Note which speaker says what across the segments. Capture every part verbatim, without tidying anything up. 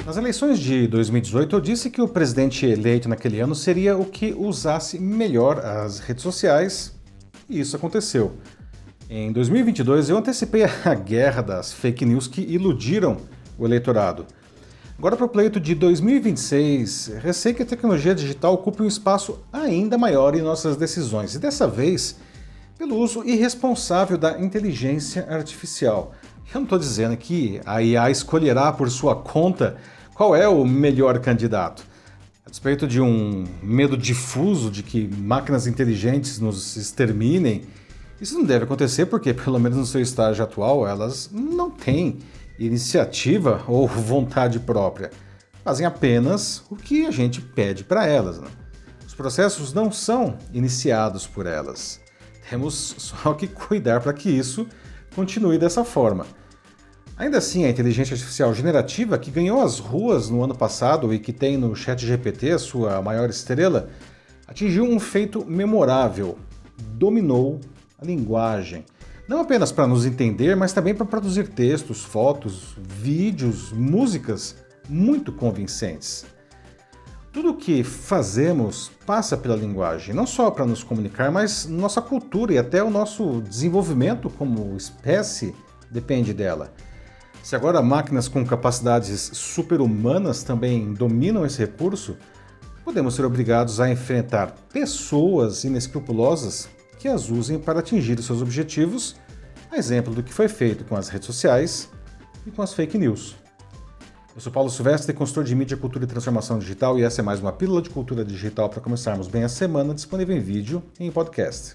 Speaker 1: Nas eleições de dois mil e dezoito, eu disse que o presidente eleito naquele ano seria o que usasse melhor as redes sociais, e isso aconteceu. Em dois mil e vinte e dois, eu antecipei a guerra das fake news que iludiram o eleitorado. Agora, para o pleito de dois mil e vinte e seis, receio que a tecnologia digital ocupe um espaço ainda maior em nossas decisões, e dessa vez, pelo uso irresponsável da inteligência artificial. Eu não estou dizendo que a I A escolherá por sua conta qual é o melhor candidato. A despeito de um medo difuso de que máquinas inteligentes nos exterminem, isso não deve acontecer porque, pelo menos no seu estágio atual, elas não têm iniciativa ou vontade própria. Fazem apenas o que a gente pede para elas, né? Os processos não são iniciados por elas. Temos só que cuidar para que isso continue dessa forma. Ainda assim, a inteligência artificial generativa, que ganhou as ruas no ano passado e que tem no ChatGPT a sua maior estrela, atingiu um feito memorável: dominou a linguagem. Não apenas para nos entender, mas também para produzir textos, fotos, vídeos, músicas muito convincentes. Tudo o que fazemos passa pela linguagem, não só para nos comunicar, mas nossa cultura e até o nosso desenvolvimento como espécie depende dela. Se agora máquinas com capacidades super-humanas também dominam esse recurso, podemos ser obrigados a enfrentar pessoas inescrupulosas que as usem para atingir os seus objetivos, a exemplo do que foi feito com as redes sociais e com as fake news. Eu sou Paulo Silvestre, consultor de mídia, cultura e transformação digital, e essa é mais uma pílula de cultura digital para começarmos bem a semana, disponível em vídeo e em podcast.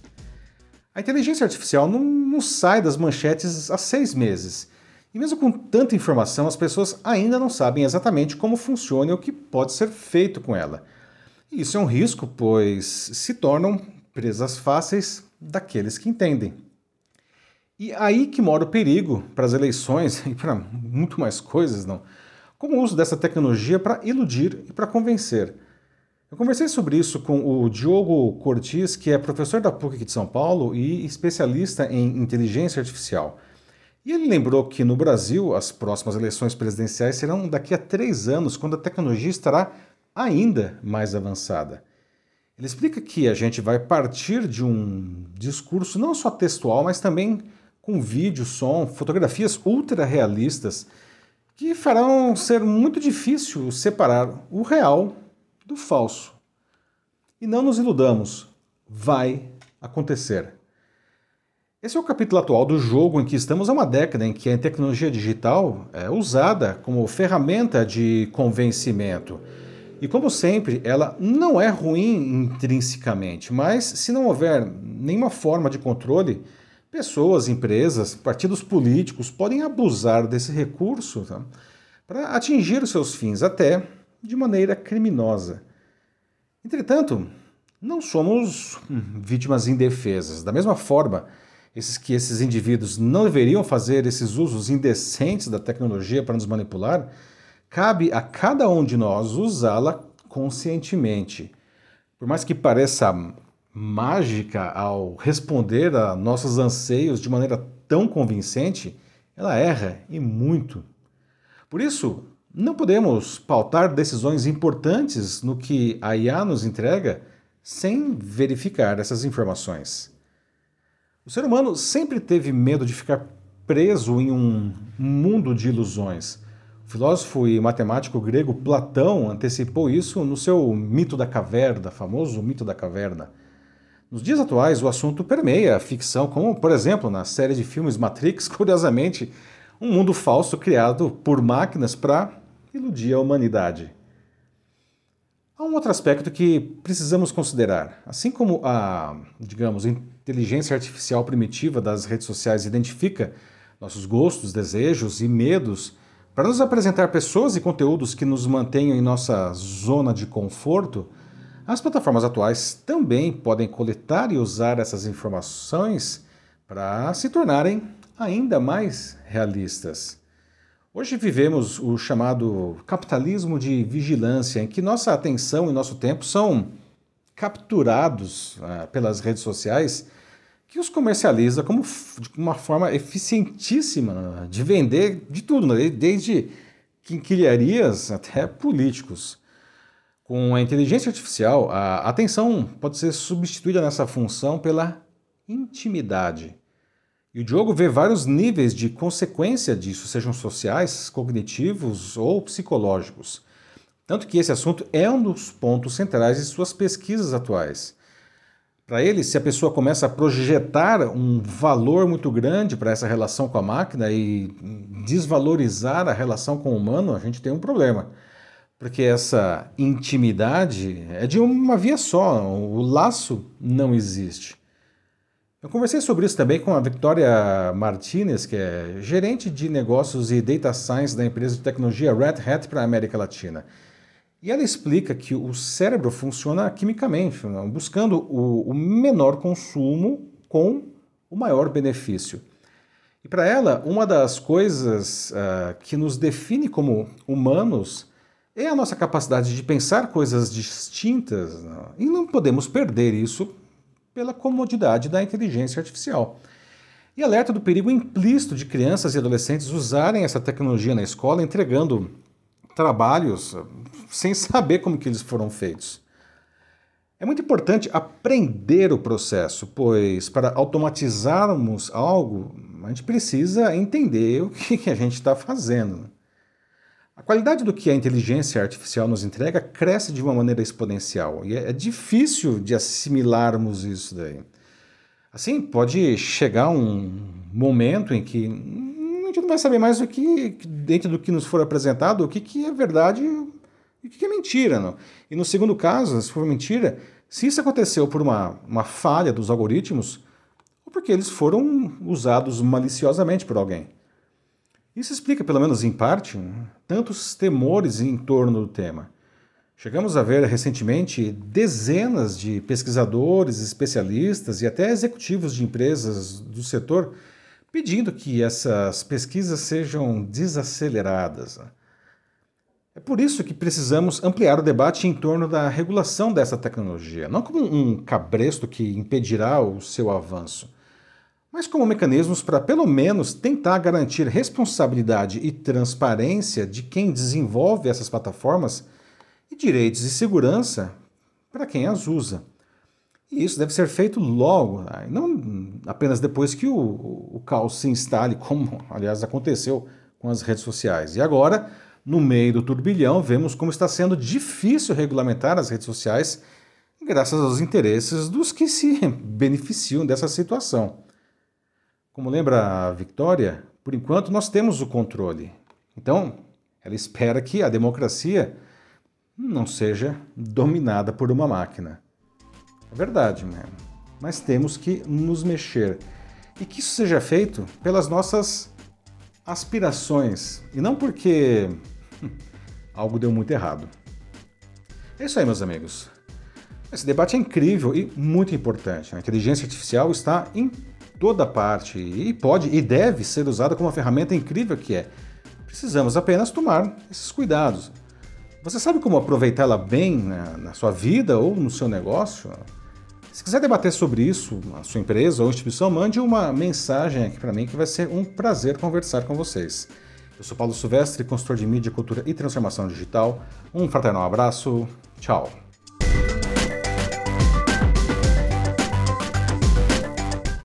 Speaker 1: A inteligência artificial não, não sai das manchetes há seis meses. E mesmo com tanta informação, as pessoas ainda não sabem exatamente como funciona e o que pode ser feito com ela. E isso é um risco, pois se tornam presas fáceis daqueles que entendem. E aí que mora o perigo para as eleições e para muito mais coisas, não? Como o uso dessa tecnologia para iludir e para convencer. Eu conversei sobre isso com o Diogo Cortis, que é professor da P U C aqui de São Paulo e especialista em inteligência artificial. E ele lembrou que no Brasil as próximas eleições presidenciais serão daqui a três anos, quando a tecnologia estará ainda mais avançada. Ele explica que a gente vai partir de um discurso não só textual, mas também com vídeo, som, fotografias ultra realistas, que farão ser muito difícil separar o real do falso. E não nos iludamos, vai acontecer. Esse é o capítulo atual do jogo em que estamos há uma década, em que a tecnologia digital é usada como ferramenta de convencimento. E como sempre, ela não é ruim intrinsecamente, mas se não houver nenhuma forma de controle, pessoas, empresas, partidos políticos podem abusar desse recurso, tá, para atingir os seus fins, até de maneira criminosa. Entretanto, não somos vítimas indefesas. Da mesma forma, esses que esses indivíduos não deveriam fazer esses usos indecentes da tecnologia para nos manipular, cabe a cada um de nós usá-la conscientemente. Por mais que pareça mágica ao responder a nossos anseios de maneira tão convincente, ela erra e muito. Por isso, não podemos pautar decisões importantes no que a I A nos entrega sem verificar essas informações. O ser humano sempre teve medo de ficar preso em um mundo de ilusões. O filósofo e matemático grego Platão antecipou isso no seu mito da caverna, famoso mito da caverna. Nos dias atuais, o assunto permeia a ficção, como, por exemplo, na série de filmes Matrix, curiosamente, um mundo falso criado por máquinas para iludir a humanidade. Há um outro aspecto que precisamos considerar. Assim como a, digamos, inteligência artificial primitiva das redes sociais identifica nossos gostos, desejos e medos para nos apresentar pessoas e conteúdos que nos mantenham em nossa zona de conforto, as plataformas atuais também podem coletar e usar essas informações para se tornarem ainda mais realistas. Hoje vivemos o chamado capitalismo de vigilância, em que nossa atenção e nosso tempo são capturados ah, pelas redes sociais, que os comercializa como uma forma eficientíssima de vender de tudo, né? Desde quinquilharias, até políticos. Com a inteligência artificial, a atenção pode ser substituída nessa função pela intimidade. E o Diogo vê vários níveis de consequência disso, sejam sociais, cognitivos ou psicológicos. Tanto que esse assunto é um dos pontos centrais de suas pesquisas atuais. Para ele, se a pessoa começa a projetar um valor muito grande para essa relação com a máquina e desvalorizar a relação com o humano, a gente tem um problema. Porque essa intimidade é de uma via só, o laço não existe. Eu conversei sobre isso também com a Victoria Martinez, que é gerente de negócios e data science da empresa de tecnologia Red Hat para a América Latina. E ela explica que o cérebro funciona quimicamente, buscando o, o menor consumo com o maior benefício. E para ela, uma das coisas uh, que nos define como humanos é a nossa capacidade de pensar coisas distintas, né? E não podemos perder isso pela comodidade da inteligência artificial. E alerta do perigo implícito de crianças e adolescentes usarem essa tecnologia na escola, entregando trabalhos sem saber como que eles foram feitos. É muito importante aprender o processo, pois para automatizarmos algo, a gente precisa entender o que a gente está fazendo. A qualidade do que a inteligência artificial nos entrega cresce de uma maneira exponencial e é difícil de assimilarmos isso daí. Assim, pode chegar um momento em que a gente não vai saber mais o que, dentro do que nos for apresentado, o que, que é verdade e o que, que é mentira. Não? E no segundo caso, se for mentira, se isso aconteceu por uma, uma falha dos algoritmos ou porque eles foram usados maliciosamente por alguém. Isso explica, pelo menos em parte, tantos temores em torno do tema. Chegamos a ver recentemente dezenas de pesquisadores, especialistas e até executivos de empresas do setor pedindo que essas pesquisas sejam desaceleradas. É por isso que precisamos ampliar o debate em torno da regulação dessa tecnologia, não como um cabresto que impedirá o seu avanço, mas como mecanismos para, pelo menos, tentar garantir responsabilidade e transparência de quem desenvolve essas plataformas e direitos e segurança para quem as usa. E isso deve ser feito logo, não apenas depois que o, o caos se instale, como, aliás, aconteceu com as redes sociais. E agora, no meio do turbilhão, vemos como está sendo difícil regulamentar as redes sociais graças aos interesses dos que se beneficiam dessa situação. Como lembra a Victoria, por enquanto nós temos o controle. Então, ela espera que a democracia não seja dominada por uma máquina. É verdade, né? Mas temos que nos mexer. E que isso seja feito pelas nossas aspirações, e não porque algo deu muito errado. É isso aí, meus amigos. Esse debate é incrível e muito importante. A inteligência artificial está em toda parte e pode e deve ser usada como uma ferramenta incrível que é. Precisamos apenas tomar esses cuidados. Você sabe como aproveitá-la bem na, na sua vida ou no seu negócio? Se quiser debater sobre isso, a sua empresa ou instituição, mande uma mensagem aqui para mim que vai ser um prazer conversar com vocês. Eu sou Paulo Silvestre, consultor de mídia, cultura e transformação digital. Um fraternal abraço. Tchau.